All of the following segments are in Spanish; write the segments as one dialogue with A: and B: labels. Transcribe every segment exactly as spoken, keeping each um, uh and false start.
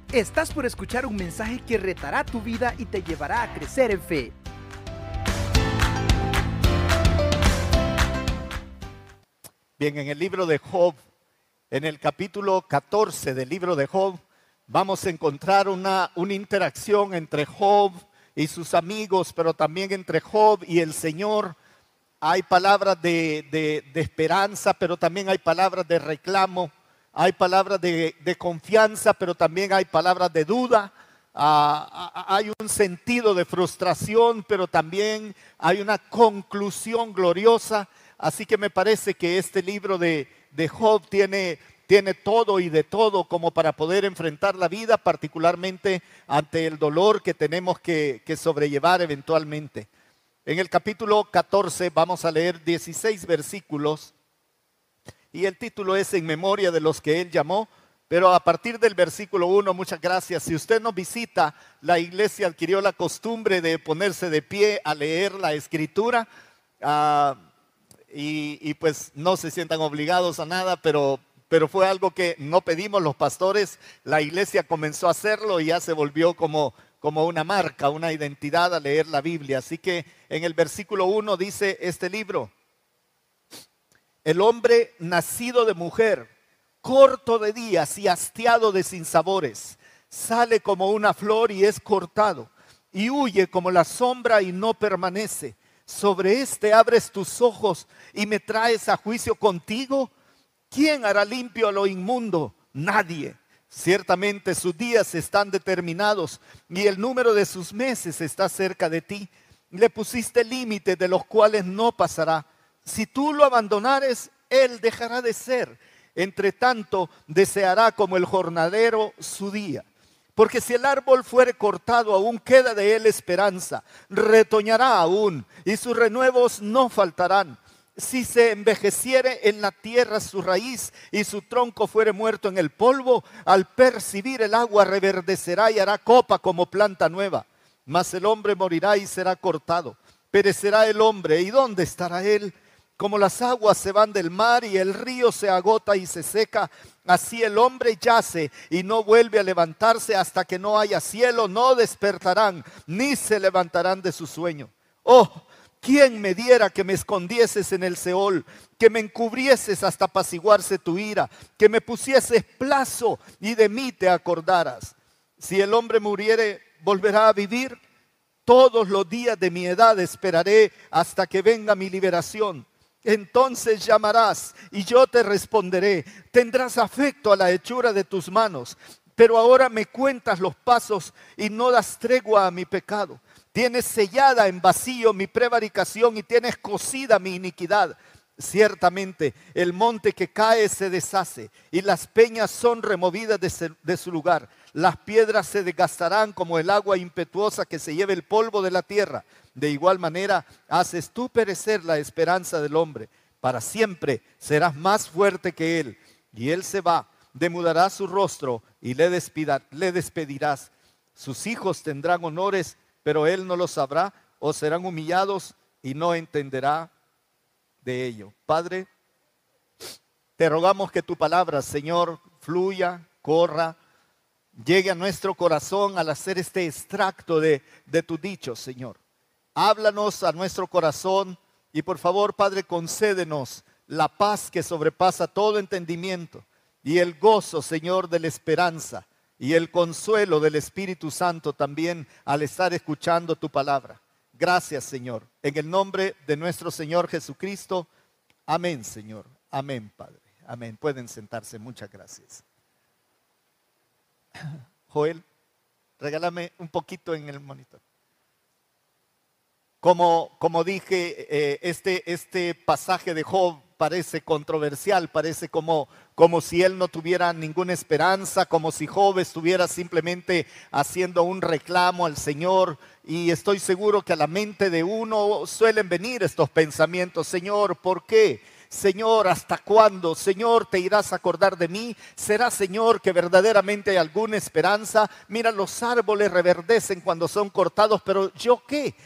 A: Estás por escuchar un mensaje que retará tu vida y te llevará a crecer en fe.
B: Bien, en el libro de Job, en el capítulo catorce del libro de Job, vamos a encontrar una, una interacción entre Job y sus amigos, pero también entre Job y el Señor. Hay palabras de, de, de esperanza, pero también hay palabras de reclamo. Hay palabras de, de confianza, pero también hay palabras de duda. Ah, ah, hay un sentido de frustración, pero también hay una conclusión gloriosa. Así que me parece que este libro de, de Job tiene, tiene todo y de todo como para poder enfrentar la vida, particularmente ante el dolor que tenemos que, que sobrellevar eventualmente. En el capítulo catorce vamos a leer dieciséis versículos. Y el título es En memoria de los que Él llamó, pero a partir del versículo uno, muchas gracias. Si usted nos visita, la iglesia adquirió la costumbre de ponerse de pie a leer la escritura, uh, y, y pues no se sientan obligados a nada, pero, pero fue algo que no pedimos los pastores, la iglesia comenzó a hacerlo y ya se volvió como, como una marca, una identidad a leer la Biblia. Así que en el versículo uno dice este libro: el hombre nacido de mujer, corto de días y hastiado de sinsabores, sale como una flor y es cortado, y huye como la sombra y no permanece. Sobre este abres tus ojos y me traes a juicio contigo. ¿Quién hará limpio a lo inmundo? Nadie. Ciertamente sus días están determinados y el número de sus meses está cerca de ti. Le pusiste límites de los cuales no pasará. Si tú lo abandonares, él dejará de ser. Entre tanto, deseará como el jornalero su día. Porque si el árbol fuere cortado, aún queda de él esperanza. Retoñará aún, y sus renuevos no faltarán. Si se envejeciere en la tierra su raíz, y su tronco fuere muerto en el polvo, al percibir el agua reverdecerá y hará copa como planta nueva. Mas el hombre morirá y será cortado. Perecerá el hombre, ¿y dónde estará él? Como las aguas se van del mar y el río se agota y se seca, así el hombre yace y no vuelve a levantarse hasta que no haya cielo. No despertarán ni se levantarán de su sueño. Oh, ¿quién me diera que me escondieses en el Seol, que me encubrieses hasta apaciguarse tu ira, que me pusieses plazo y de mí te acordaras? Si el hombre muriere, ¿volverá a vivir? Todos los días de mi edad esperaré hasta que venga mi liberación. Entonces llamarás y yo te responderé. Tendrás afecto a la hechura de tus manos. Pero ahora me cuentas los pasos y no das tregua a mi pecado. Tienes sellada en vacío mi prevaricación y tienes cosida mi iniquidad. Ciertamente el monte que cae se deshace y las peñas son removidas de, de su lugar. Las piedras se desgastarán como el agua impetuosa que se lleva el polvo de la tierra. De igual manera haces tú perecer la esperanza del hombre. Para siempre serás más fuerte que él. Y él se va, demudará su rostro y le, despida, le despedirás. Sus hijos tendrán honores, pero él no los sabrá, o serán humillados y no entenderá de ello. Padre, te rogamos que tu palabra, Señor, fluya, corra, llegue a nuestro corazón al hacer este extracto de, de tu dicho, Señor. Háblanos a nuestro corazón y por favor, Padre, concédenos la paz que sobrepasa todo entendimiento y el gozo, Señor, de la esperanza y el consuelo del Espíritu Santo también al estar escuchando tu palabra. Gracias, Señor. En el nombre de nuestro Señor Jesucristo. Amén, Señor. Amén, Padre. Amén. Pueden sentarse. Muchas gracias. Joel, regálame un poquito en el monitor. Como, como dije, eh, este, este pasaje de Job parece controversial, parece como, como si él no tuviera ninguna esperanza, como si Job estuviera simplemente haciendo un reclamo al Señor. Y estoy seguro que a la mente de uno suelen venir estos pensamientos: Señor, ¿por qué? Señor, ¿hasta cuándo? Señor, ¿te irás a acordar de mí? ¿Será, Señor, que verdaderamente hay alguna esperanza? Mira, los árboles reverdecen cuando son cortados, pero ¿yo qué?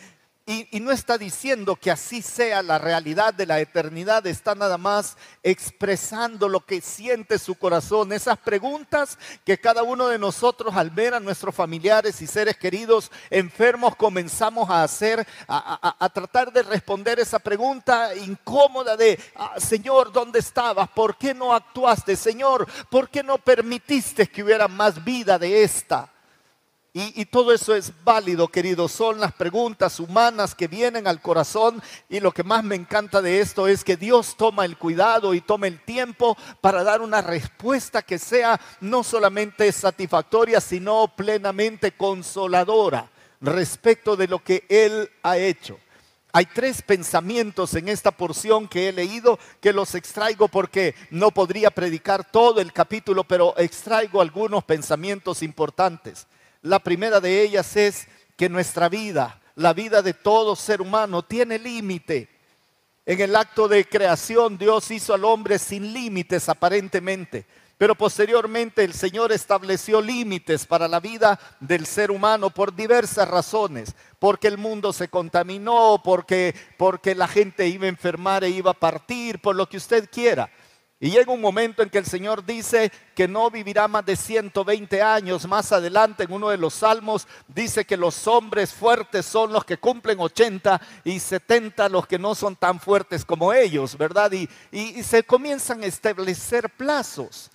B: Y, y no está diciendo que así sea la realidad de la eternidad, está nada más expresando lo que siente su corazón. Esas preguntas que cada uno de nosotros al ver a nuestros familiares y seres queridos enfermos comenzamos a hacer, a, a, a tratar de responder esa pregunta incómoda de, ah, Señor, ¿dónde estabas? ¿Por qué no actuaste? Señor, ¿por qué no permitiste que hubiera más vida de esta? Y, y todo eso es válido, queridos. Son las preguntas humanas que vienen al corazón. Y lo que más me encanta de esto es que Dios toma el cuidado y toma el tiempo para dar una respuesta que sea no solamente satisfactoria, sino plenamente consoladora respecto de lo que Él ha hecho. Hay tres pensamientos en esta porción que he leído que los extraigo porque no podría predicar todo el capítulo, pero extraigo algunos pensamientos importantes. La primera de ellas es que nuestra vida, la vida de todo ser humano, tiene límite. En el acto de creación Dios hizo al hombre sin límites aparentemente, pero posteriormente el Señor estableció límites para la vida del ser humano por diversas razones. Porque el mundo se contaminó, porque, porque la gente iba a enfermar e iba a partir, por lo que usted quiera. Y llega un momento en que el Señor dice que no vivirá más de ciento veinte años. Más adelante en uno de los salmos dice que los hombres fuertes son los que cumplen ochenta y setenta los que no son tan fuertes como ellos, ¿verdad? Y, y, y se comienzan a establecer plazos.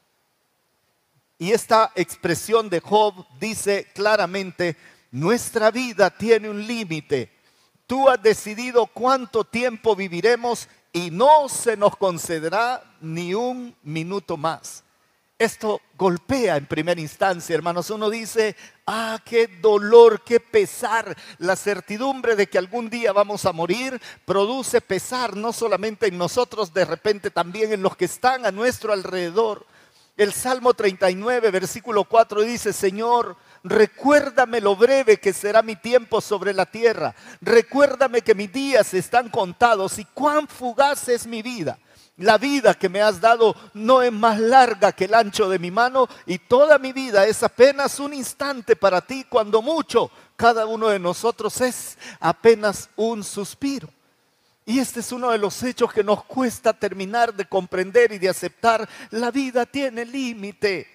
B: Y esta expresión de Job dice claramente, nuestra vida tiene un límite. Tú has decidido cuánto tiempo viviremos y no se nos concederá ni un minuto más. Esto golpea en primera instancia, hermanos. Uno dice, ah, qué dolor, qué pesar. La certidumbre de que algún día vamos a morir produce pesar, no solamente en nosotros, de repente también en los que están a nuestro alrededor. El Salmo treinta y nueve, versículo cuatro dice, Señor, recuérdame lo breve que será mi tiempo sobre la tierra. Recuérdame que mis días están contados y cuán fugaz es mi vida. La vida que me has dado no es más larga que el ancho de mi mano y toda mi vida es apenas un instante para ti, cuando mucho cada uno de nosotros es apenas un suspiro. Y este es uno de los hechos que nos cuesta terminar de comprender y de aceptar. La vida tiene límite.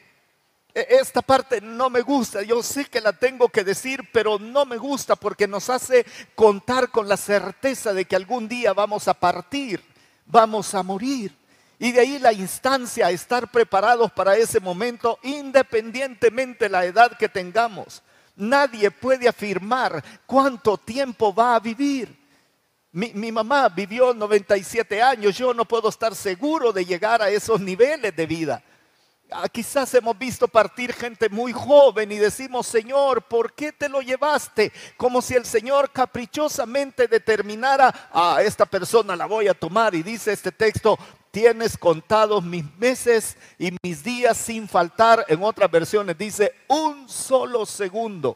B: Esta parte no me gusta, yo sé que la tengo que decir, pero no me gusta porque nos hace contar con la certeza de que algún día vamos a partir, vamos a morir. Y de ahí la instancia a estar preparados para ese momento, independientemente de la edad que tengamos. Nadie puede afirmar cuánto tiempo va a vivir. Mi, mi mamá vivió noventa y siete años, yo no puedo estar seguro de llegar a esos niveles de vida. Ah, quizás hemos visto partir gente muy joven y decimos, Señor, ¿por qué te lo llevaste? Como si el Señor caprichosamente determinara, ah, esta persona la voy a tomar. Y dice este texto, tienes contados mis meses y mis días sin faltar. En otras versiones dice, un solo segundo.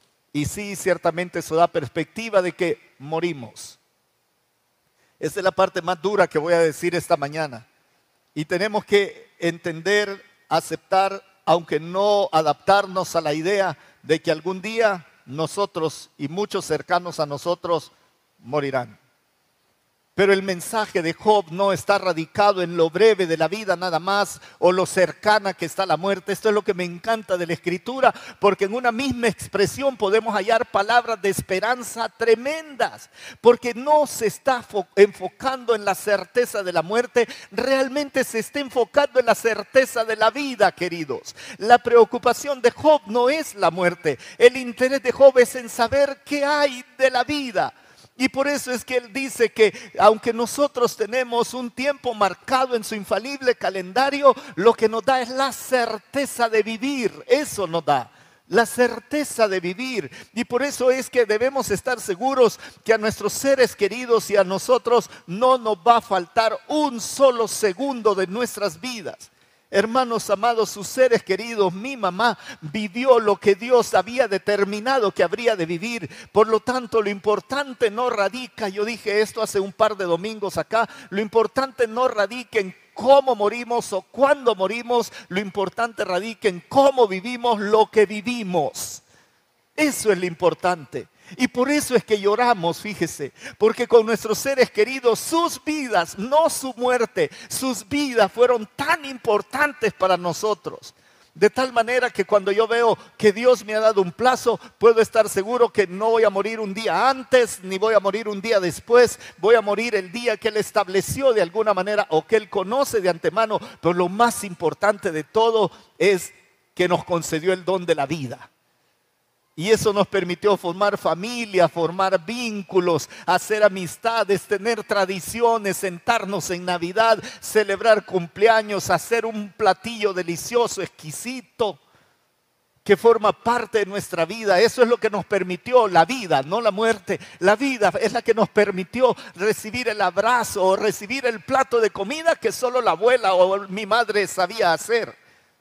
B: Y sí, ciertamente eso da perspectiva de que morimos. Esa es la parte más dura que voy a decir esta mañana. Y tenemos que entender, aceptar, aunque no adaptarnos a la idea de que algún día nosotros y muchos cercanos a nosotros morirán. Pero el mensaje de Job no está radicado en lo breve de la vida nada más o lo cercana que está la muerte. Esto es lo que me encanta de la Escritura, porque en una misma expresión podemos hallar palabras de esperanza tremendas, porque no se está enfocando en la certeza de la muerte, realmente se está enfocando en la certeza de la vida, queridos. La preocupación de Job no es la muerte, el interés de Job es en saber qué hay de la vida. Y por eso es que él dice que aunque nosotros tenemos un tiempo marcado en su infalible calendario, lo que nos da es la certeza de vivir. Eso nos da la certeza de vivir. Y por eso es que debemos estar seguros que a nuestros seres queridos y a nosotros no nos va a faltar un solo segundo de nuestras vidas. Hermanos amados, sus seres queridos, mi mamá vivió lo que Dios había determinado que habría de vivir. Por lo tanto, lo importante no radica, yo dije esto hace un par de domingos acá, lo importante no radica en cómo morimos o cuándo morimos, lo importante radica en cómo vivimos lo que vivimos. Eso es lo importante. Y por eso es que lloramos, fíjese, porque con nuestros seres queridos, sus vidas, no su muerte, sus vidas fueron tan importantes para nosotros. De tal manera que cuando yo veo que Dios me ha dado un plazo, puedo estar seguro que no voy a morir un día antes, ni voy a morir un día después. Voy a morir el día que Él estableció de alguna manera o que Él conoce de antemano. Pero lo más importante de todo es que nos concedió el don de la vida. Y eso nos permitió formar familia, formar vínculos, hacer amistades, tener tradiciones, sentarnos en Navidad, celebrar cumpleaños, hacer un platillo delicioso, exquisito, que forma parte de nuestra vida. Eso es lo que nos permitió la vida, no la muerte. La vida es la que nos permitió recibir el abrazo o recibir el plato de comida que solo la abuela o mi madre sabía hacer.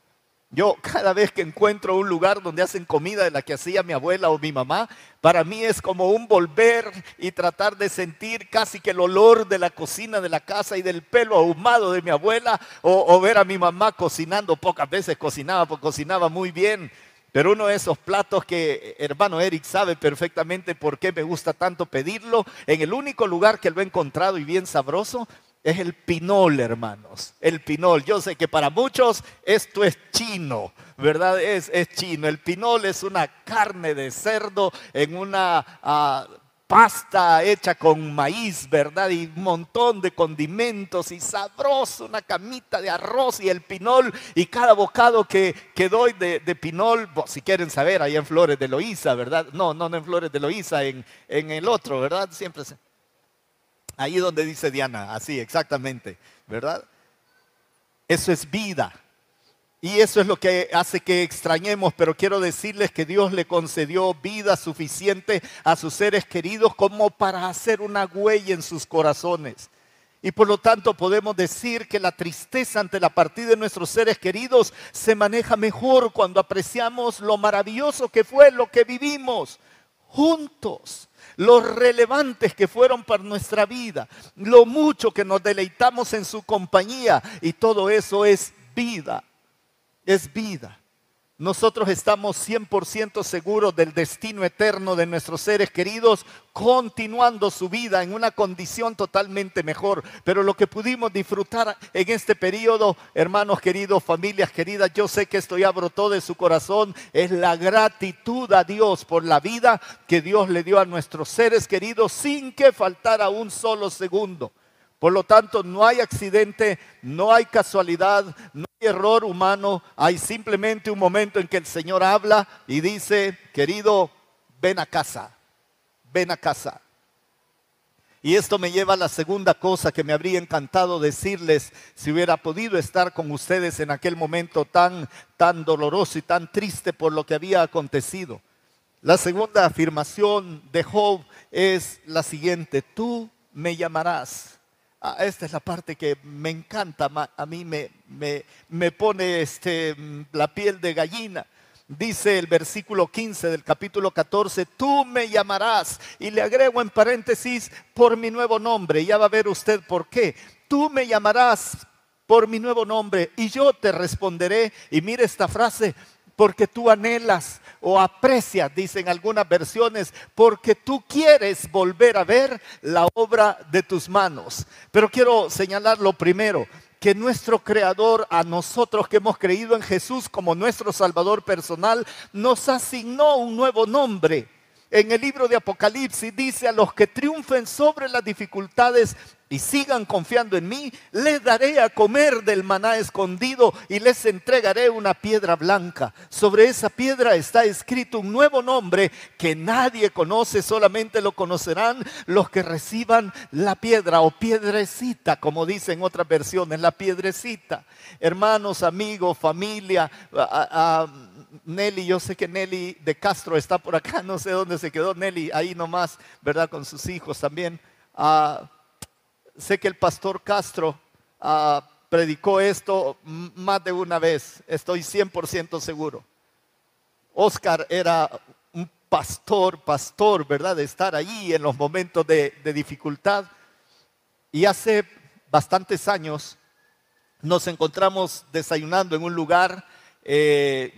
B: Yo cada vez que encuentro un lugar donde hacen comida de la que hacía mi abuela o mi mamá, para mí es como un volver y tratar de sentir casi que el olor de la cocina de la casa y del pelo ahumado de mi abuela, o, o ver a mi mamá cocinando. Pocas veces cocinaba, porque cocinaba muy bien. Pero uno de esos platos que hermano Eric sabe perfectamente por qué me gusta tanto pedirlo, en el único lugar que lo he encontrado y bien sabroso, es el pinol, hermanos, el pinol. Yo sé que para muchos esto es chino, ¿verdad? Es, es chino. El pinol es una carne de cerdo en una uh, pasta hecha con maíz, ¿verdad? Y un montón de condimentos y sabroso, una camita de arroz y el pinol. Y cada bocado que, que doy de, de pinol, bueno, si quieren saber, allá en Flores de Loíza, ¿verdad? No, no, no en Flores de Loíza, en, en el otro, ¿verdad? Siempre se... Ahí donde dice Diana, así exactamente, ¿verdad? Eso es vida. Y eso es lo que hace que extrañemos, pero quiero decirles que Dios le concedió vida suficiente a sus seres queridos como para hacer una huella en sus corazones. Y por lo tanto podemos decir que la tristeza ante la partida de nuestros seres queridos se maneja mejor cuando apreciamos lo maravilloso que fue lo que vivimos juntos. Los relevantes que fueron para nuestra vida, lo mucho que nos deleitamos en su compañía, y todo eso es vida, es vida. Nosotros estamos cien por ciento seguros del destino eterno de nuestros seres queridos, continuando su vida en una condición totalmente mejor. Pero lo que pudimos disfrutar en este periodo, hermanos queridos, familias queridas, yo sé que esto ya brotó de su corazón, es la gratitud a Dios por la vida que Dios le dio a nuestros seres queridos sin que faltara un solo segundo. Por lo tanto, no hay accidente, no hay casualidad, no hay error humano. Hay simplemente un momento en que el Señor habla y dice, querido, ven a casa, ven a casa. Y esto me lleva a la segunda cosa que me habría encantado decirles si hubiera podido estar con ustedes en aquel momento tan, tan doloroso y tan triste por lo que había acontecido. La segunda afirmación de Job es la siguiente: tú me llamarás. Ah, esta es la parte que me encanta, a mí me, me, me pone este, la piel de gallina. Dice el versículo quince del capítulo catorce, tú me llamarás, y le agrego en paréntesis, por mi nuevo nombre. Ya va a ver usted por qué. Tú me llamarás por mi nuevo nombre y yo te responderé. Y mire esta frase: porque tú anhelas o aprecias, dicen algunas versiones, porque tú quieres volver a ver la obra de tus manos. Pero quiero señalar lo primero, que nuestro Creador, a nosotros que hemos creído en Jesús como nuestro Salvador personal, nos asignó un nuevo nombre. En el libro de Apocalipsis dice: a los que triunfen sobre las dificultades y sigan confiando en mí, les daré a comer del maná escondido y les entregaré una piedra blanca. Sobre esa piedra está escrito un nuevo nombre que nadie conoce, solamente lo conocerán los que reciban la piedra, o piedrecita, como dicen otras versiones, la piedrecita. Hermanos, amigos, familia, a, a, Nelly, yo sé que Nelly de Castro está por acá, no sé dónde se quedó Nelly, ahí nomás, ¿verdad? Con sus hijos también. Uh, sé que el pastor Castro uh, predicó esto más de una vez, estoy cien por ciento seguro. Oscar era un pastor, pastor, ¿verdad? De estar allí en los momentos de, de dificultad. Y hace bastantes años nos encontramos desayunando en un lugar, eh,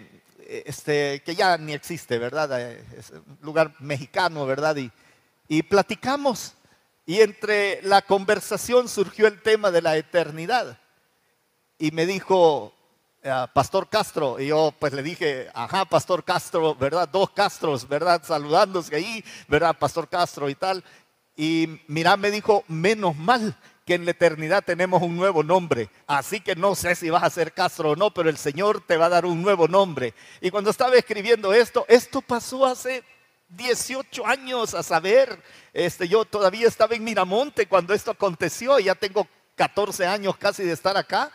B: este, que ya ni existe, ¿verdad? Es un lugar mexicano, ¿verdad? Y, y platicamos. Y entre la conversación surgió el tema de la eternidad. Y me dijo, uh, Pastor Castro, y yo pues le dije, ajá, Pastor Castro, ¿verdad? Dos Castros, ¿verdad? Saludándose ahí, ¿verdad? Pastor Castro y tal. Y mira, me dijo, menos mal que en la eternidad tenemos un nuevo nombre. Así que no sé si vas a ser Castro o no, pero el Señor te va a dar un nuevo nombre. Y cuando estaba escribiendo esto, esto pasó hace dieciocho años, a saber, este, yo todavía estaba en Miramonte cuando esto aconteció, ya tengo catorce años casi de estar acá.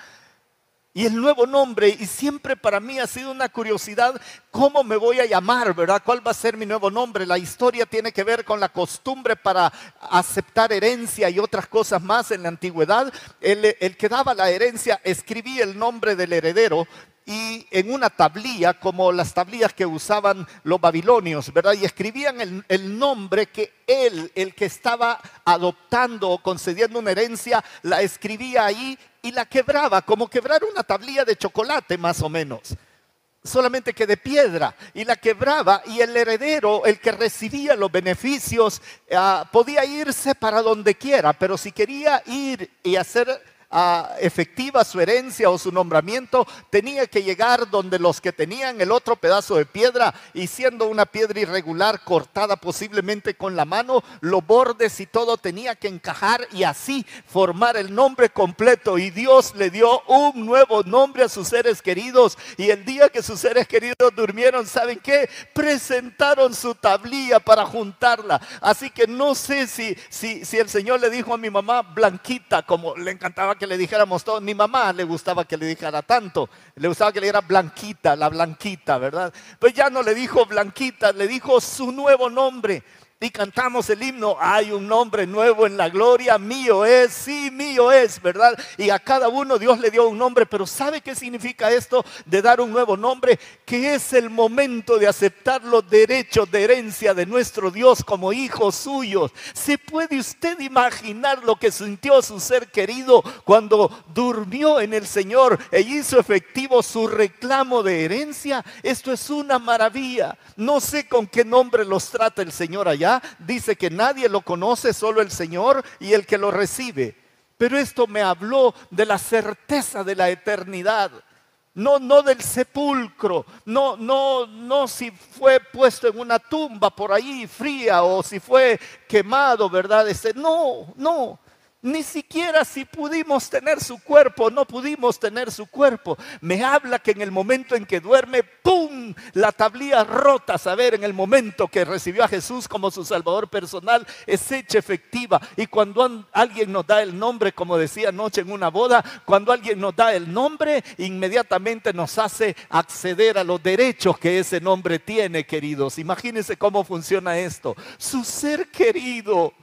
B: Y el nuevo nombre, y siempre para mí ha sido una curiosidad, ¿cómo me voy a llamar, verdad? ¿Cuál va a ser mi nuevo nombre? La historia tiene que ver con la costumbre para aceptar herencia y otras cosas más en la antigüedad. El, el que daba la herencia escribía el nombre del heredero y en una tablilla, como las tablillas que usaban los babilonios, ¿verdad? Y escribían el, el nombre que él, el que estaba adoptando o concediendo una herencia, la escribía ahí y la quebraba, como quebrar una tablilla de chocolate más o menos, solamente que de piedra, y la quebraba, y el heredero, el que recibía los beneficios, uh, podía irse para donde quiera, pero si quería ir y hacer Uh, efectiva su herencia o su nombramiento, tenía que llegar donde los que tenían el otro pedazo de piedra, y siendo una piedra irregular cortada posiblemente con la mano, los bordes y todo tenía que encajar y así formar el nombre completo. Y Dios le dio un nuevo nombre a sus seres queridos, y el día que sus seres queridos durmieron, ¿saben qué? Presentaron su tablilla para juntarla. Así que no sé si, si, si el Señor le dijo a mi mamá Blanquita, como le encantaba que le dijéramos todo. Mi mamá le gustaba que le dijera tanto, le gustaba que le dijera Blanquita, la Blanquita, ¿verdad? Pues ya no le dijo Blanquita, le dijo su nuevo nombre. Y cantamos el himno, hay un nombre nuevo en la gloria, mío es, sí, mío es, ¿verdad? Y a cada uno Dios le dio un nombre, pero ¿sabe qué significa esto de dar un nuevo nombre? Que es el momento de aceptar los derechos de herencia de nuestro Dios como hijos suyos. ¿Se puede usted imaginar lo que sintió su ser querido cuando durmió en el Señor e hizo efectivo su reclamo de herencia? Esto es una maravilla. No sé con qué nombre los trata el Señor allá. Dice que nadie lo conoce, solo el Señor y el que lo recibe. Pero esto me habló de la certeza de la eternidad. No, no del sepulcro, no, no, no si fue puesto en una tumba por ahí fría o si fue quemado, ¿verdad? Este, no, no. Ni siquiera si pudimos tener su cuerpo, no pudimos tener su cuerpo. Me habla que en el momento en que duerme, ¡pum!, la tablilla rota, saber, en el momento que recibió a Jesús como su Salvador personal, es hecha efectiva. Y cuando alguien nos da el nombre, como decía anoche en una boda, cuando alguien nos da el nombre, inmediatamente nos hace acceder a los derechos que ese nombre tiene, queridos. Imagínense cómo funciona esto. Su ser querido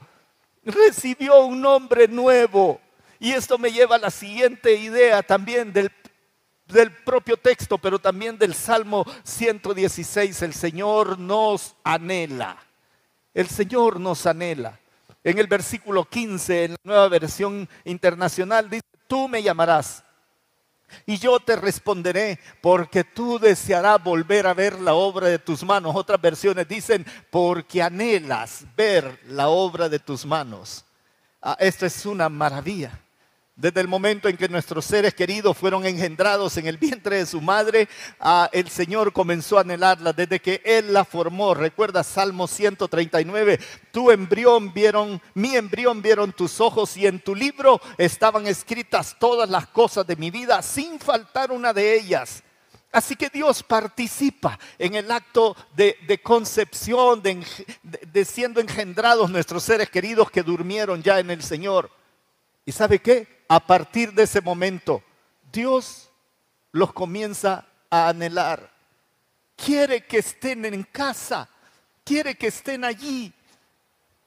B: recibió un nombre nuevo. Y esto me lleva a la siguiente idea también del, del propio texto, pero también del Salmo ciento dieciséis. El Señor nos anhela. El Señor nos anhela. En el versículo quince, en la Nueva Versión Internacional, dice: tú me llamarás y yo te responderé, porque tú desearás volver a ver la obra de tus manos. Otras versiones dicen: porque anhelas ver la obra de tus manos. Ah, esto es una maravilla. Desde el momento en que nuestros seres queridos fueron engendrados en el vientre de su madre, ah, el Señor comenzó a anhelarla desde que Él la formó. Recuerda Salmo ciento treinta y nueve, tu embrión vieron, mi embrión vieron tus ojos, y en tu libro estaban escritas todas las cosas de mi vida, sin faltar una de ellas. Así que Dios participa en el acto de, de concepción, de, de, de siendo engendrados nuestros seres queridos que durmieron ya en el Señor. ¿Y sabe qué? A partir de ese momento, Dios los comienza a anhelar. Quiere que estén en casa, quiere que estén allí.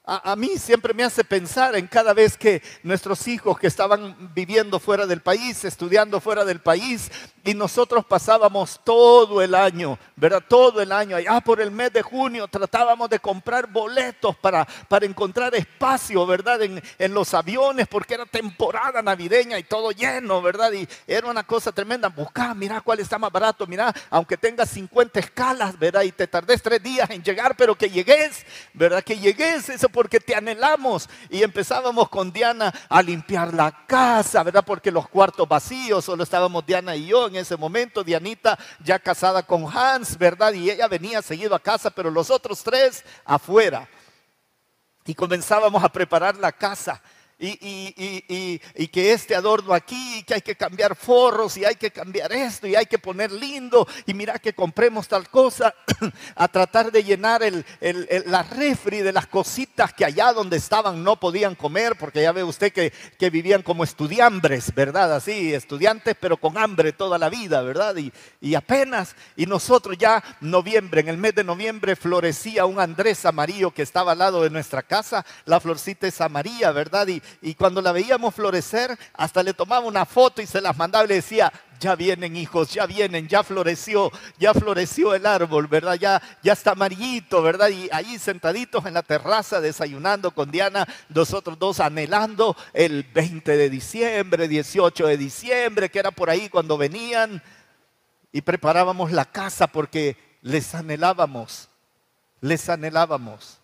B: A, a mí siempre me hace pensar en cada vez que nuestros hijos que estaban viviendo fuera del país, estudiando fuera del país, y nosotros pasábamos todo el año, ¿verdad? Todo el año, allá por el mes de junio, tratábamos de comprar boletos para, para encontrar espacio, ¿verdad? En, en los aviones, porque era temporada navideña y todo lleno, ¿verdad? Y era una cosa tremenda. Buscá, mira cuál está más barato, mira, aunque tengas cincuenta escalas, ¿verdad? Y te tardes tres días en llegar, pero que llegues, ¿verdad? Que llegues, eso porque te anhelamos. Y empezábamos con Diana a limpiar la casa, ¿verdad? Porque los cuartos vacíos, solo estábamos Diana y yo en ese momento. Dianita ya casada con Hans, ¿verdad? Y ella venía seguido a casa, pero los otros tres afuera. Y comenzábamos a preparar la casa. Y, y, y, y, y que este adorno aquí, que hay que cambiar forros, y hay que cambiar esto, y hay que poner lindo, y mira que compremos tal cosa, a tratar de llenar el, el, el, la refri de las cositas que allá donde estaban no podían comer, porque ya ve usted que, que vivían como estudiambres, ¿verdad? Así, estudiantes, pero con hambre toda la vida, ¿verdad? Y, y apenas, y nosotros ya noviembre, en el mes de noviembre florecía un Andrés amarillo que estaba al lado de nuestra casa, la florcita es amarilla, ¿verdad? Y Y cuando la veíamos florecer, hasta le tomaba una foto y se las mandaba y le decía, ya vienen hijos, ya vienen, ya floreció, ya floreció el árbol, ¿verdad? Ya, ya está amarillito, ¿verdad? Y ahí sentaditos en la terraza desayunando con Diana, nosotros dos anhelando el veinte de diciembre, dieciocho de diciembre, que era por ahí cuando venían, y preparábamos la casa porque les anhelábamos, les anhelábamos.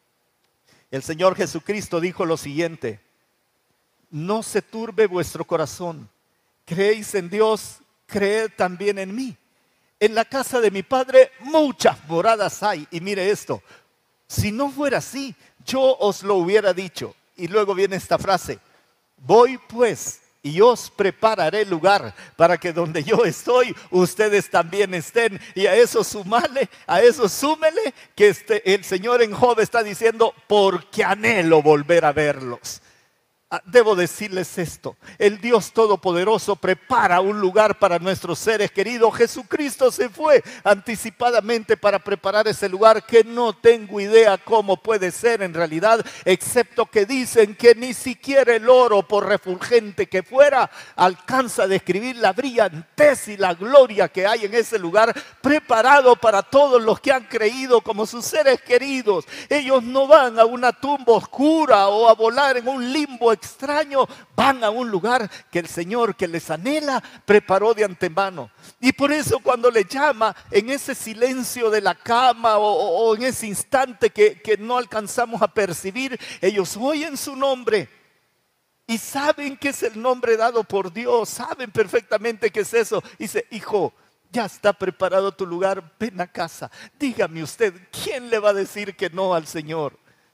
B: El Señor Jesucristo dijo lo siguiente: no se turbe vuestro corazón. Creéis en Dios, creed también en mí. En la casa de mi Padre muchas moradas hay. Y mire esto, si no fuera así, yo os lo hubiera dicho. Y luego viene esta frase: voy pues y os prepararé lugar para que donde yo estoy, ustedes también estén. Y a eso sumale, a eso súmele que este, el Señor en Job está diciendo, porque anhelo volver a verlos. Debo decirles esto: el Dios Todopoderoso prepara un lugar para nuestros seres queridos. Jesucristo se fue anticipadamente para preparar ese lugar, que no tengo idea cómo puede ser en realidad, excepto que dicen que ni siquiera el oro, por refulgente que fuera, alcanza a describir la brillantez y la gloria que hay en ese lugar, preparado para todos los que han creído como sus seres queridos. Ellos no van a una tumba oscura o a volar en un limbo extraño, van a un lugar que el Señor, que les anhela, preparó de antemano. Y por eso cuando le llama en ese silencio de la cama o, o, o en ese instante que, que no alcanzamos a percibir, ellos oyen su nombre y saben que es el nombre dado por Dios, saben perfectamente que es eso. Dice: hijo, ya está preparado tu lugar, ven a casa. Dígame usted, ¿quién le va a decir que no al Señor?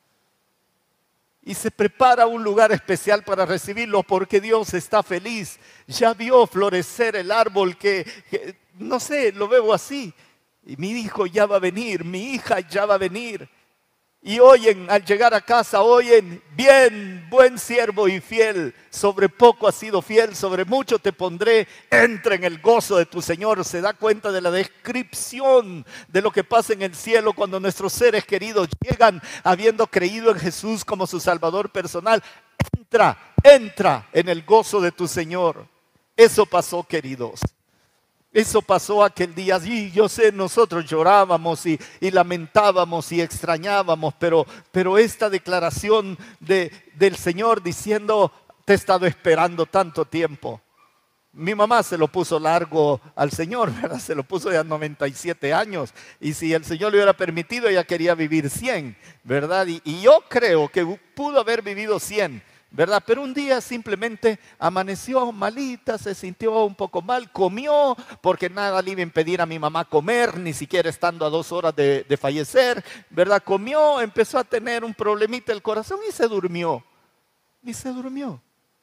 B: Y se prepara un lugar especial para recibirlo, porque Dios está feliz. Ya vio florecer el árbol que, que, no sé, lo veo así. Y mi hijo ya va a venir, mi hija ya va a venir. Y oyen, al llegar a casa, oyen: bien, buen siervo y fiel, sobre poco has sido fiel, sobre mucho te pondré, entra en el gozo de tu Señor. Se da cuenta de la descripción de lo que pasa en el cielo cuando nuestros seres queridos llegan habiendo creído en Jesús como su Salvador personal. Entra, entra en el gozo de tu Señor. Eso pasó, queridos. Eso pasó aquel día. Y yo sé, nosotros llorábamos y, y lamentábamos y extrañábamos, pero, pero esta declaración de, del Señor diciendo: te he estado esperando tanto tiempo. Mi mamá se lo puso largo al Señor, ¿verdad? Se lo puso ya a noventa y siete años. Y si el Señor le hubiera permitido, ella quería vivir cien, ¿verdad? Y, y yo creo que pudo haber vivido cien, ¿verdad? Pero un día simplemente amaneció malita, se sintió un poco mal, comió, porque nada le iba a impedir a mi mamá comer, ni siquiera estando a dos horas de, de fallecer, ¿verdad? Comió, empezó a tener un problemita del corazón y se durmió. Y se durmió.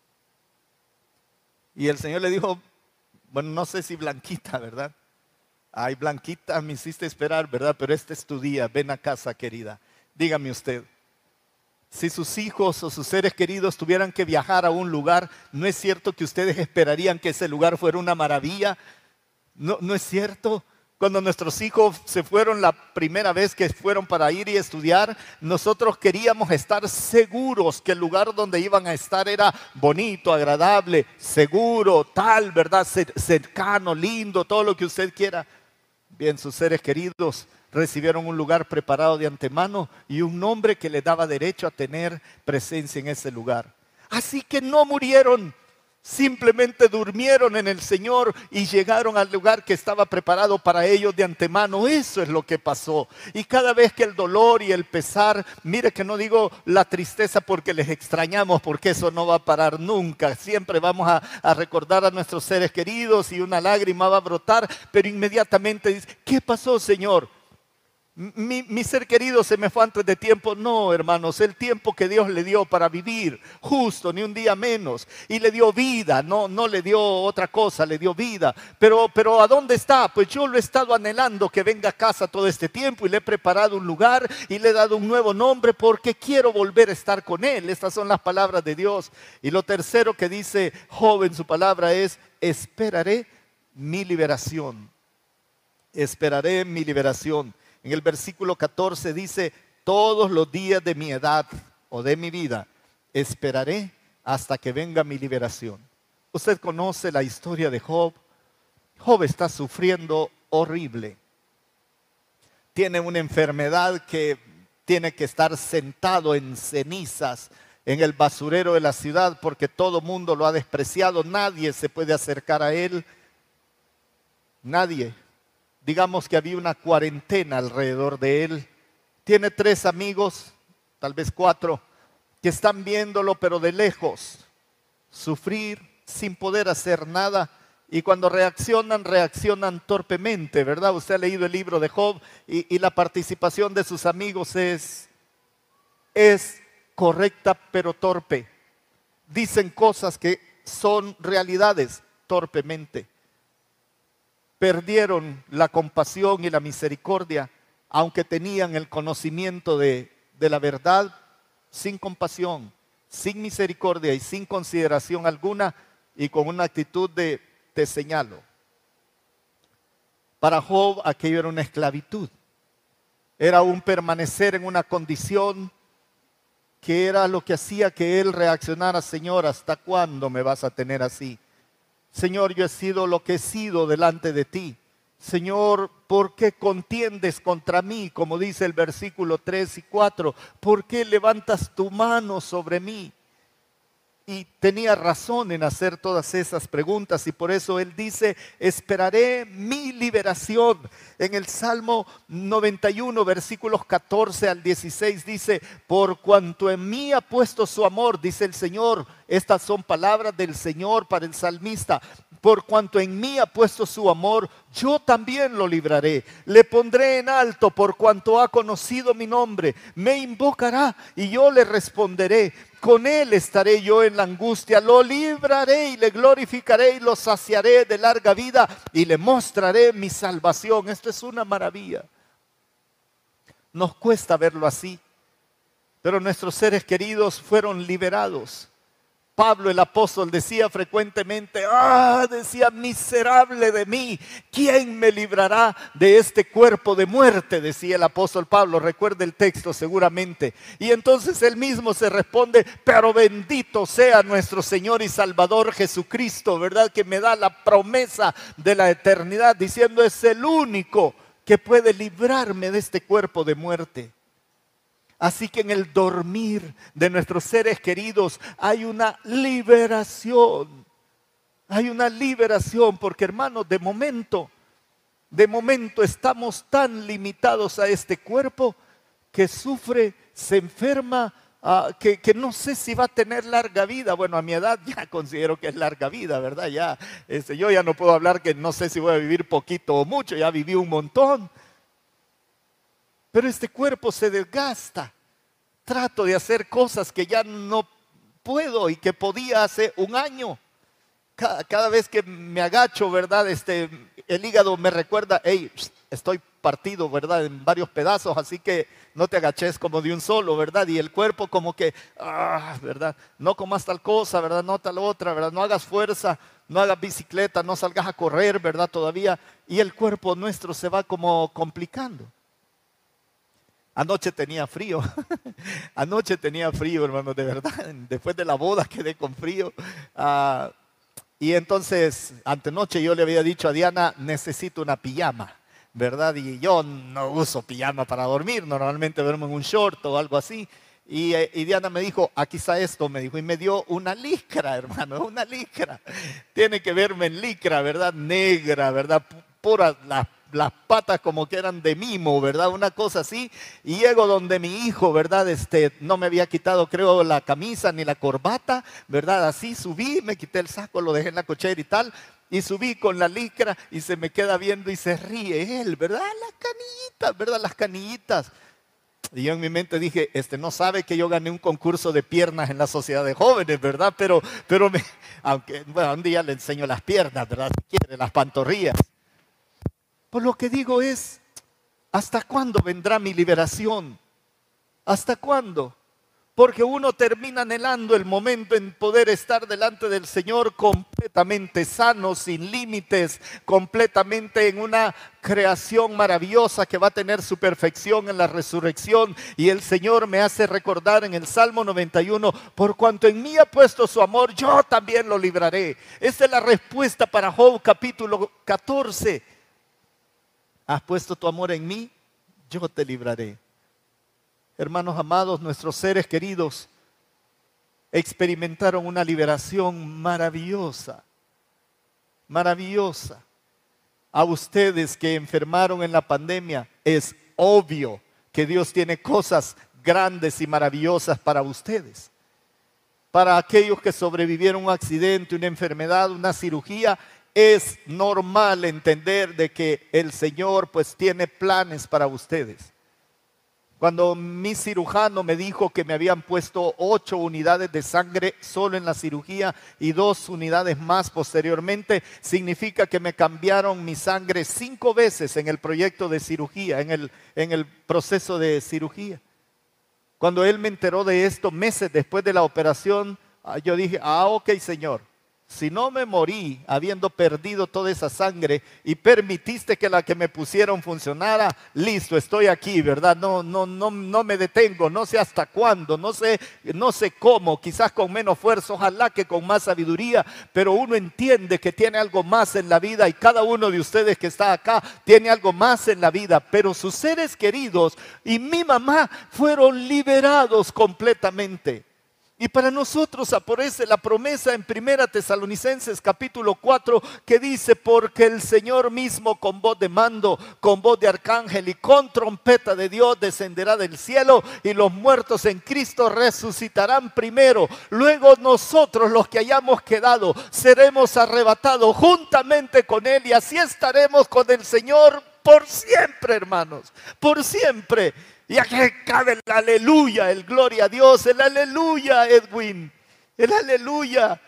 B: Y el Señor le dijo, bueno, no sé si Blanquita, ¿verdad? Ay, Blanquita, me hiciste esperar, ¿verdad? Pero este es tu día, ven a casa, querida. Dígame usted, si sus hijos o sus seres queridos tuvieran que viajar a un lugar, ¿no es cierto que ustedes esperarían que ese lugar fuera una maravilla? ¿No, no es cierto? Cuando nuestros hijos se fueron la primera vez que fueron para ir y estudiar, nosotros queríamos estar seguros que el lugar donde iban a estar era bonito, agradable, seguro, tal, ¿verdad? Cercano, lindo, todo lo que usted quiera. Bien, sus seres queridos recibieron un lugar preparado de antemano y un nombre que les daba derecho a tener presencia en ese lugar. Así que no murieron. Simplemente durmieron en el Señor y llegaron al lugar que estaba preparado para ellos de antemano. Eso es lo que pasó. Y cada vez que el dolor y el pesar, mire que no digo la tristeza porque les extrañamos, porque eso no va a parar nunca. Siempre vamos a, a recordar a nuestros seres queridos y una lágrima va a brotar, pero inmediatamente dice, ¿qué pasó, Señor? Mi, mi ser querido se me fue antes de tiempo. No, hermanos, el tiempo que Dios le dio para vivir, justo, ni un día menos. Y le dio vida, no, no le dio otra cosa, le dio vida. Pero, pero ¿a dónde está? Pues yo lo he estado anhelando que venga a casa todo este tiempo y le he preparado un lugar y le he dado un nuevo nombre porque quiero volver a estar con Él. Estas son las palabras de Dios. Y lo tercero que dice Job en su palabra es, esperaré mi liberación. Esperaré mi liberación. En el versículo catorce dice, todos los días de mi edad o de mi vida, esperaré hasta que venga mi liberación. Usted conoce la historia de Job. Job está sufriendo horrible. Tiene una enfermedad que tiene que estar sentado en cenizas en el basurero de la ciudad porque todo mundo lo ha despreciado. Nadie se puede acercar a él. Nadie. Digamos que había una cuarentena alrededor de él. Tiene tres amigos, tal vez cuatro, que están viéndolo pero de lejos, sufrir sin poder hacer nada. Y cuando reaccionan, reaccionan torpemente, ¿verdad? Usted ha leído el libro de Job y, y la participación de sus amigos es, es correcta pero torpe. Dicen cosas que son realidades torpemente. Perdieron la compasión y la misericordia, aunque tenían el conocimiento de, de la verdad, sin compasión, sin misericordia y sin consideración alguna, y con una actitud de te señalo. Para Job aquello era una esclavitud, era un permanecer en una condición que era lo que hacía que él reaccionara, Señor, ¿hasta cuándo me vas a tener así? Señor, yo he sido lo que he sido delante de ti. Señor, ¿por qué contiendes contra mí? Como dice el versículo tres y cuatro. ¿Por qué levantas tu mano sobre mí? Y tenía razón en hacer todas esas preguntas y por eso él dice, esperaré mi liberación. En el Salmo noventa y uno, versículos catorce al dieciséis dice, por cuanto en mí ha puesto su amor, dice el Señor. Estas son palabras del Señor para el salmista. Por cuanto en mí ha puesto su amor, yo también lo libraré. Le pondré en alto por cuanto ha conocido mi nombre. Me invocará y yo le responderé. Con él estaré yo en la angustia. Lo libraré y le glorificaré y lo saciaré de larga vida y le mostraré mi salvación. Esto es una maravilla. Nos cuesta verlo así, pero nuestros seres queridos fueron liberados. Pablo el apóstol decía frecuentemente, ah, decía, miserable de mí, ¿quién me librará de este cuerpo de muerte? Decía el apóstol Pablo, recuerde el texto seguramente. Y entonces él mismo se responde, pero bendito sea nuestro Señor y Salvador Jesucristo, ¿verdad? Que me da la promesa de la eternidad, diciendo, es el único que puede librarme de este cuerpo de muerte. Así que en el dormir de nuestros seres queridos hay una liberación. Hay una liberación porque, hermanos, de momento, de momento estamos tan limitados a este cuerpo que sufre, se enferma, uh, que, que no sé si va a tener larga vida. Bueno, a mi edad ya considero que es larga vida, ¿verdad? Ya, este, yo ya no puedo hablar que no sé si voy a vivir poquito o mucho, ya viví un montón. Pero este cuerpo se desgasta. Trato de hacer cosas que ya no puedo y que podía hace un año. Cada, cada vez que me agacho, ¿verdad? Este, el hígado me recuerda, hey, estoy partido, ¿verdad? En varios pedazos, así que no te agaches como de un solo, ¿verdad? Y el cuerpo como que, ah, ¿verdad? No comas tal cosa, ¿verdad? No tal otra, ¿verdad? No hagas fuerza. no hagas bicicleta, no salgas a correr, ¿verdad? Todavía, y el cuerpo nuestro se va como complicando. Anoche tenía frío, anoche tenía frío, hermano, de verdad. Después de la boda quedé con frío. Uh, y entonces, antenoche yo le había dicho a Diana, necesito una pijama, ¿verdad? Y yo no uso pijama para dormir, normalmente duermo en un short o algo así. Y, y Diana me dijo, aquí está esto, me dijo, y me dio una licra, hermano, una licra. Tiene que verme en licra, ¿verdad? Negra, ¿verdad? Puras las las patas como que eran de mimo, ¿verdad? Una cosa así. Y llego donde mi hijo, ¿verdad? Este, no me había quitado, creo, la camisa ni la corbata, ¿verdad? Así subí, me quité el saco, lo dejé en la cochera y tal. Y subí con la licra y se me queda viendo y se ríe él, ¿verdad? Las canillitas, ¿verdad? Las canillitas. Y yo en mi mente dije, este no sabe que yo gané un concurso de piernas en la sociedad de jóvenes, ¿verdad? Pero, pero me, aunque, bueno, un día le enseño las piernas, ¿verdad? Si quiere, las pantorrillas. Pues lo que digo es, ¿hasta cuándo vendrá mi liberación? ¿Hasta cuándo? Porque uno termina anhelando el momento en poder estar delante del Señor completamente sano, sin límites, completamente en una creación maravillosa que va a tener su perfección en la resurrección. Y el Señor me hace recordar en el Salmo noventa y uno, por cuanto en mí ha puesto su amor, yo también lo libraré. Esa es la respuesta para Job capítulo catorce. Has puesto tu amor en mí, yo te libraré. Hermanos amados, nuestros seres queridos experimentaron una liberación maravillosa, maravillosa. A ustedes que enfermaron en la pandemia, es obvio que Dios tiene cosas grandes y maravillosas para ustedes. Para aquellos que sobrevivieron un accidente, una enfermedad, una cirugía, es normal entender de que el Señor pues tiene planes para ustedes. Cuando mi cirujano me dijo que me habían puesto ocho unidades de sangre solo en la cirugía y dos unidades más posteriormente, significa que me cambiaron mi sangre cinco veces en el proyecto de cirugía, en el, en el proceso de cirugía. Cuando él me enteró de esto meses después de la operación, yo dije, ah, ok, Señor. Si no me morí habiendo perdido toda esa sangre y permitiste que la que me pusieron funcionara, listo, estoy aquí, ¿verdad? No, no, no, no me detengo, no sé hasta cuándo, no sé, no sé cómo, quizás con menos fuerza, ojalá que con más sabiduría, pero uno entiende que tiene algo más en la vida y cada uno de ustedes que está acá tiene algo más en la vida, pero sus seres queridos y mi mamá fueron liberados completamente. Y para nosotros aparece la promesa en Primera Tesalonicenses capítulo cuatro que dice, porque el Señor mismo con voz de mando, con voz de arcángel y con trompeta de Dios descenderá del cielo y los muertos en Cristo resucitarán primero. Luego nosotros los que hayamos quedado seremos arrebatados juntamente con Él y así estaremos con el Señor por siempre, hermanos, por siempre. Y aquí cabe el aleluya, el gloria a Dios, el aleluya, Edwin, el aleluya.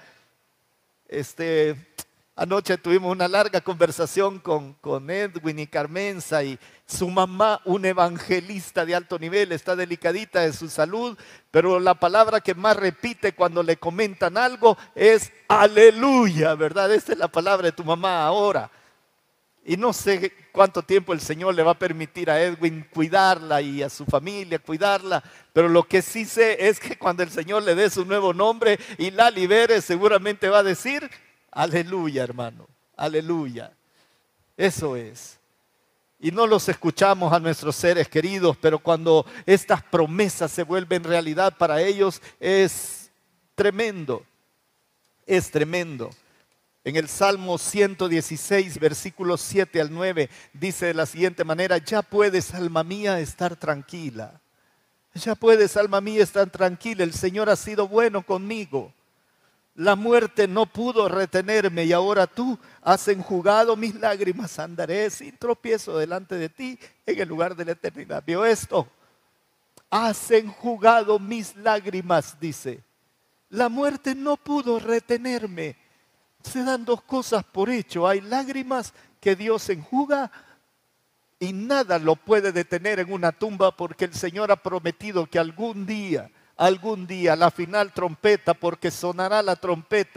B: Este, anoche tuvimos una larga conversación con, con Edwin y Carmenza y su mamá, un evangelista de alto nivel, está delicadita de su salud, pero la palabra que más repite cuando le comentan algo es aleluya, ¿verdad? Esta es la palabra de tu mamá ahora. Y no sé cuánto tiempo el Señor le va a permitir a Edwin cuidarla y a su familia cuidarla, pero lo que sí sé es que cuando el Señor le dé su nuevo nombre y la libere, seguramente va a decir, aleluya, hermano, aleluya. Eso es. Y no los escuchamos a nuestros seres queridos, pero cuando estas promesas se vuelven realidad para ellos, es tremendo, es tremendo. En el Salmo ciento dieciséis, versículos siete al nueve, dice de la siguiente manera, ya puedes, alma mía, estar tranquila. Ya puedes, alma mía, estar tranquila. El Señor ha sido bueno conmigo. La muerte no pudo retenerme y ahora tú has enjugado mis lágrimas. Andaré sin tropiezo delante de ti en el lugar de la eternidad. ¿Vio esto? Has enjugado mis lágrimas, dice. La muerte no pudo retenerme. Se dan dos cosas por hecho. Hay lágrimas que Dios enjuga y nada lo puede detener en una tumba porque el Señor ha prometido que algún día, algún día, la final trompeta, porque sonará la trompeta,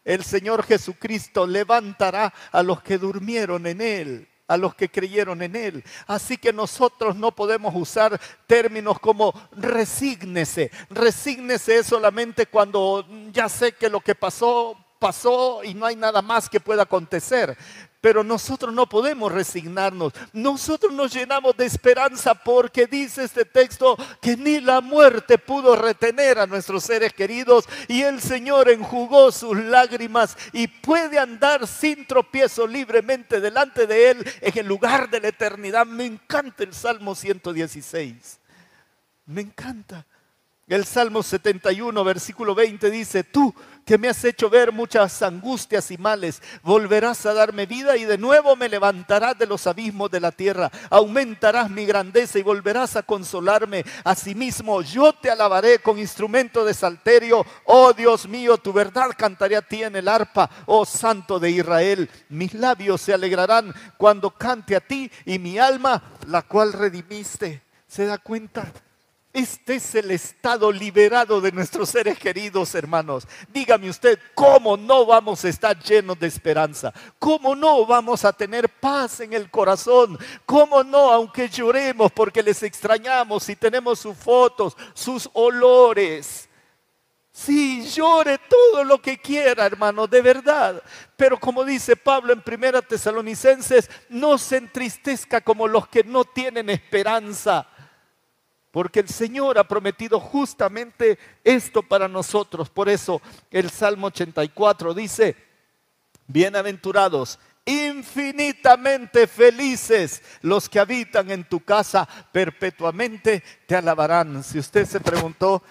B: El Señor Jesucristo levantará a los que durmieron en Él, a los que creyeron en Él. Así que nosotros no podemos usar términos como resígnese. Resígnese es solamente cuando ya sé que lo que pasó, pasó y no hay nada más que pueda acontecer. Pero nosotros no podemos resignarnos. Nosotros nos llenamos de esperanza porque dice este texto que ni la muerte pudo retener a nuestros seres queridos y el Señor enjugó sus lágrimas y puede andar sin tropiezo libremente delante de Él en el lugar de la eternidad. Me encanta el Salmo ciento dieciséis. Me encanta. El Salmo setenta y uno, versículo veinte dice: tú que me has hecho ver muchas angustias y males, volverás a darme vida y de nuevo me levantarás de los abismos de la tierra. Aumentarás mi grandeza y volverás a consolarme. Asimismo, yo te alabaré con instrumento de salterio. Oh Dios mío, tu verdad cantaré a ti en el arpa, oh Santo de Israel. Mis labios se alegrarán cuando cante a ti y mi alma, la cual redimiste. ¿Se da cuenta? Este es el estado liberado de nuestros seres queridos, hermanos. Dígame usted, ¿cómo no vamos a estar llenos de esperanza? ¿Cómo no vamos a tener paz en el corazón? ¿Cómo no, aunque lloremos porque les extrañamos y tenemos sus fotos, sus olores? Sí, llore todo lo que quiera, hermano, de verdad. Pero como dice Pablo en Primera Tesalonicenses, no se entristezca como los que no tienen esperanza. Porque el Señor ha prometido justamente esto para nosotros. Por eso el Salmo ochenta y cuatro dice: bienaventurados, infinitamente felices los que habitan en tu casa, perpetuamente te alabarán. Si usted se preguntó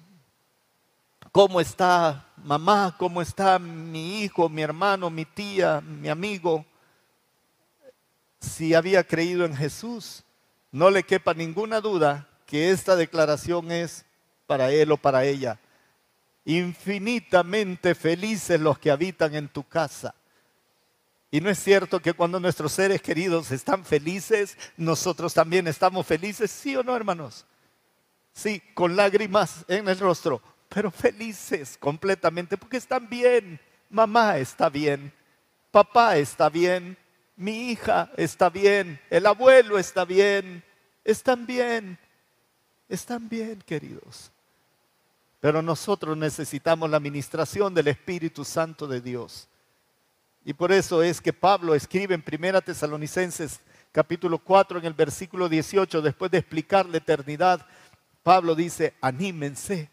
B: cómo está mamá, cómo está mi hijo, mi hermano, mi tía, mi amigo, si había creído en Jesús, no le quepa ninguna duda que esta declaración es para él o para ella. Infinitamente felices los que habitan en tu casa. Y no es cierto que cuando nuestros seres queridos están felices, nosotros también estamos felices, ¿sí o no, hermanos? Sí, con lágrimas en el rostro, pero felices completamente porque están bien. Mamá está bien, papá está bien, mi hija está bien, el abuelo está bien, están bien. Están bien, queridos. Pero nosotros necesitamos la ministración del Espíritu Santo de Dios. Y por eso es que Pablo escribe en Primera Tesalonicenses capítulo cuatro en el versículo dieciocho, después de explicar la eternidad, Pablo dice: anímense.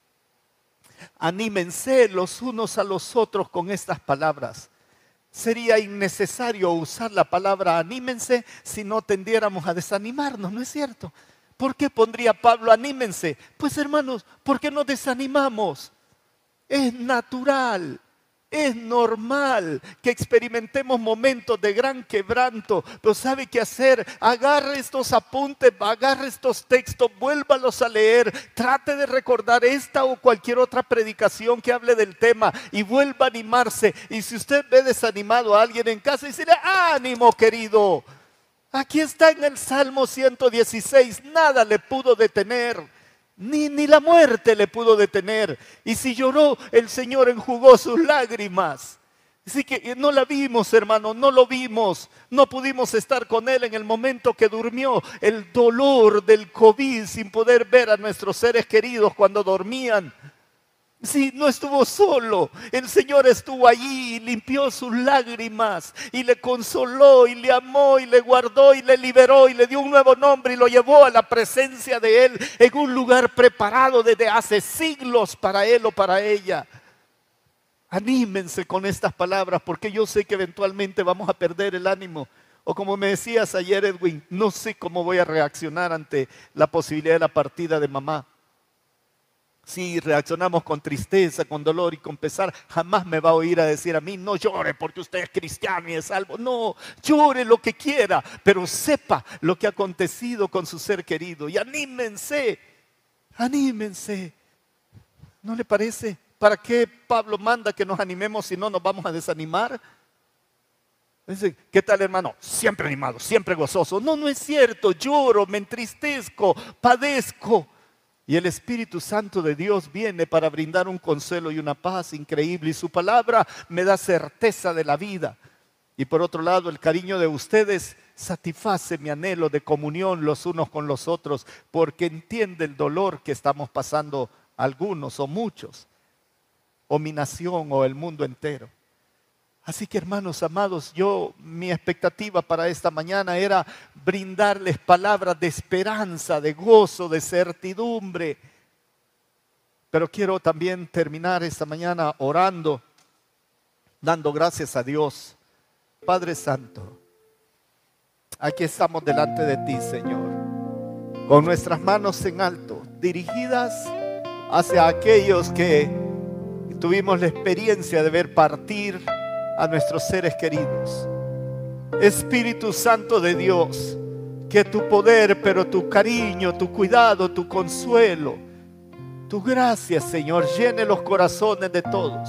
B: Anímense los unos a los otros con estas palabras. Sería innecesario usar la palabra anímense si no tendiéramos a desanimarnos, ¿no es cierto? ¿Por qué pondría Pablo anímense? Pues hermanos, ¿por qué nos desanimamos? Es natural, es normal que experimentemos momentos de gran quebranto. Pero ¿sabe qué hacer? Agarre estos apuntes, agarre estos textos, vuélvalos a leer. Trate de recordar esta o cualquier otra predicación que hable del tema y vuelva a animarse. Y si usted ve desanimado a alguien en casa, dice: ánimo, querido. Aquí está en el Salmo ciento dieciséis, nada le pudo detener, ni, ni la muerte le pudo detener. Y si lloró, el Señor enjugó sus lágrimas. Así que no la vimos, hermano, no lo vimos. No pudimos estar con Él en el momento que durmió. El dolor del COVID sin poder ver a nuestros seres queridos cuando dormían. Sí, no estuvo solo, el Señor estuvo allí y limpió sus lágrimas y le consoló y le amó y le guardó y le liberó y le dio un nuevo nombre y lo llevó a la presencia de Él en un lugar preparado desde hace siglos para Él o para ella. Anímense con estas palabras porque yo sé que eventualmente vamos a perder el ánimo. O como me decías ayer, Edwin, no sé cómo voy a reaccionar ante la posibilidad de la partida de mamá. Si reaccionamos con tristeza, con dolor y con pesar, jamás me va a oír a decir a mí: no llore porque usted es cristiano y es salvo. No, llore lo que quiera, pero sepa lo que ha acontecido con su ser querido. Y anímense, anímense. ¿No le parece? ¿Para qué Pablo manda que nos animemos si no nos vamos a desanimar? Dice: ¿qué tal, hermano? Siempre animado, siempre gozoso. No, no es cierto, lloro, me entristezco, padezco. Y el Espíritu Santo de Dios viene para brindar un consuelo y una paz increíble. Y su palabra me da certeza de la vida. Y por otro lado, el cariño de ustedes satisface mi anhelo de comunión los unos con los otros, porque entiende el dolor que estamos pasando algunos o muchos, o mi nación o el mundo entero. Así que, hermanos amados, yo, mi expectativa para esta mañana era brindarles palabras de esperanza, de gozo, de certidumbre. Pero quiero también terminar esta mañana orando, dando gracias a Dios. Padre Santo, aquí estamos delante de ti, Señor, con nuestras manos en alto, dirigidas hacia aquellos que tuvimos la experiencia de ver partir a nuestros seres queridos. Espíritu Santo de Dios, que tu poder, pero tu cariño, tu cuidado, tu consuelo, tu gracia, Señor, llene los corazones de todos.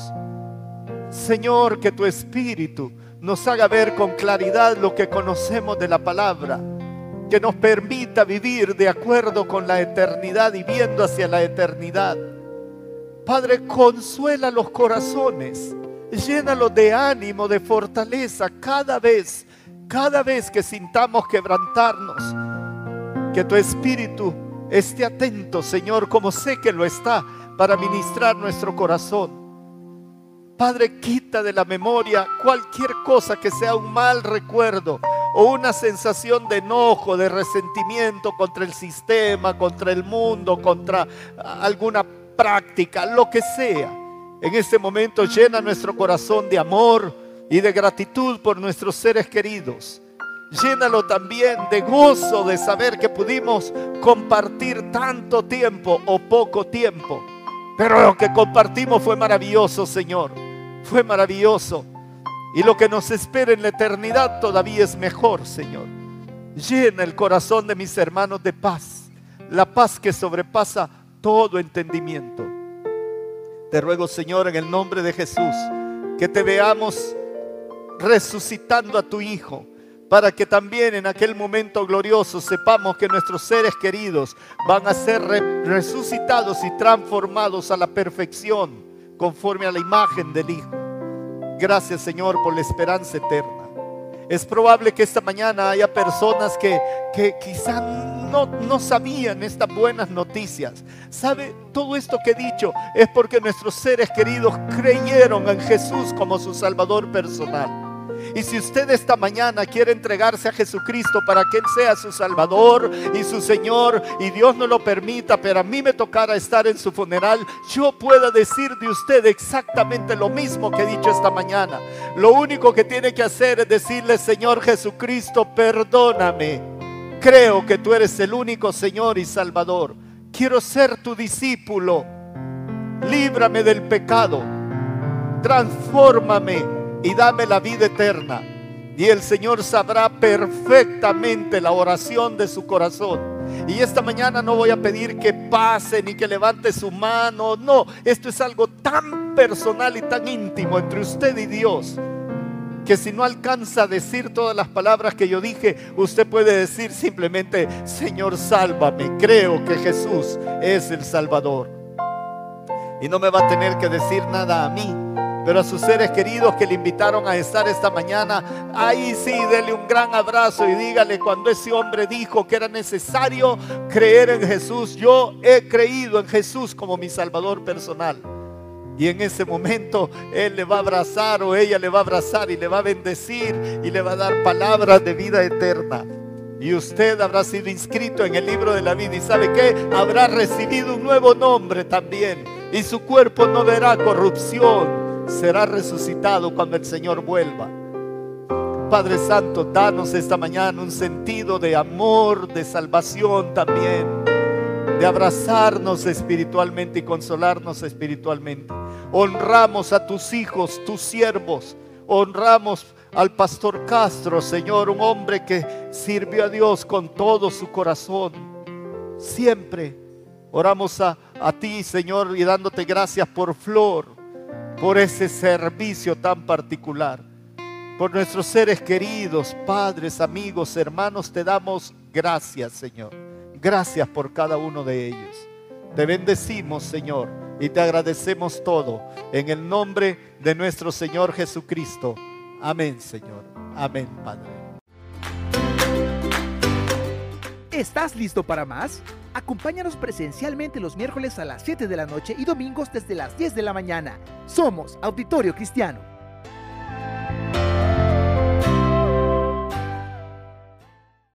B: Señor, que tu Espíritu nos haga ver con claridad lo que conocemos de la palabra, que nos permita vivir de acuerdo con la eternidad y viendo hacia la eternidad. Padre, consuela los corazones, llénalos de ánimo, de fortaleza cada vez, cada vez que sintamos quebrantarnos. Que tu Espíritu esté atento, Señor, como sé que lo está, para ministrar nuestro corazón. Padre, quita de la memoria cualquier cosa que sea un mal recuerdo o una sensación de enojo, de resentimiento contra el sistema, contra el mundo, contra alguna práctica, lo que sea. En este momento llena nuestro corazón de amor y de gratitud por nuestros seres queridos. Llénalo también de gozo de saber que pudimos compartir tanto tiempo o poco tiempo. Pero lo que compartimos fue maravilloso, Señor. Fue maravilloso. Y lo que nos espera en la eternidad todavía es mejor, Señor. Llena el corazón de mis hermanos de paz. La paz que sobrepasa todo entendimiento. Te ruego, Señor, en el nombre de Jesús, que te veamos resucitando a tu Hijo, para que también en aquel momento glorioso sepamos que nuestros seres queridos van a ser re- resucitados y transformados a la perfección, conforme a la imagen del Hijo. Gracias, Señor, por la esperanza eterna. Es probable que esta mañana haya personas que, que quizá no, no sabían estas buenas noticias. ¿Sabe? Todo esto que he dicho es porque nuestros seres queridos creyeron en Jesús como su Salvador personal. Y si usted esta mañana quiere entregarse a Jesucristo para que Él sea su Salvador y su Señor, y Dios no lo permita, pero a mí me tocara estar en su funeral, yo pueda decir de usted exactamente lo mismo que he dicho esta mañana. Lo único que tiene que hacer es decirle: Señor Jesucristo, perdóname. Creo que tú eres el único Señor y Salvador. Quiero ser tu discípulo. Líbrame del pecado. Transfórmame y dame la vida eterna. Y el Señor sabrá perfectamente la oración de su corazón. Y esta mañana no voy a pedir que pase ni que levante su mano. No, esto es algo tan personal y tan íntimo entre usted y Dios, que si no alcanza a decir todas las palabras que yo dije, usted puede decir simplemente: Señor, sálvame. Creo que Jesús es el Salvador. Y no me va a tener que decir nada a mí, pero a sus seres queridos que le invitaron a estar esta mañana, ahí sí, dele un gran abrazo y dígale: cuando ese hombre dijo que era necesario creer en Jesús, yo he creído en Jesús como mi Salvador personal. Y en ese momento Él le va a abrazar o ella le va a abrazar y le va a bendecir y le va a dar palabras de vida eterna. Y usted habrá sido inscrito en el libro de la vida. ¿Y sabe qué? Habrá recibido un nuevo nombre también. Y su cuerpo no verá corrupción. Será resucitado cuando el Señor vuelva. Padre Santo, danos esta mañana un sentido de amor, de salvación también, de abrazarnos espiritualmente y consolarnos espiritualmente. Honramos a tus hijos, tus siervos. Honramos al pastor Castro, Señor, un hombre que sirvió a Dios con todo su corazón. Siempre oramos a, a ti, Señor, y dándote gracias por Flor, por ese servicio tan particular, por nuestros seres queridos, padres, amigos, hermanos. Te damos gracias, Señor. Gracias por cada uno de ellos. Te bendecimos, Señor, y te agradecemos todo. En el nombre de nuestro Señor Jesucristo. Amén, Señor. Amén, Padre.
A: ¿Estás listo para más? Acompáñanos presencialmente los miércoles a las siete de la noche y domingos desde las diez de la mañana. Somos Auditorio Cristiano.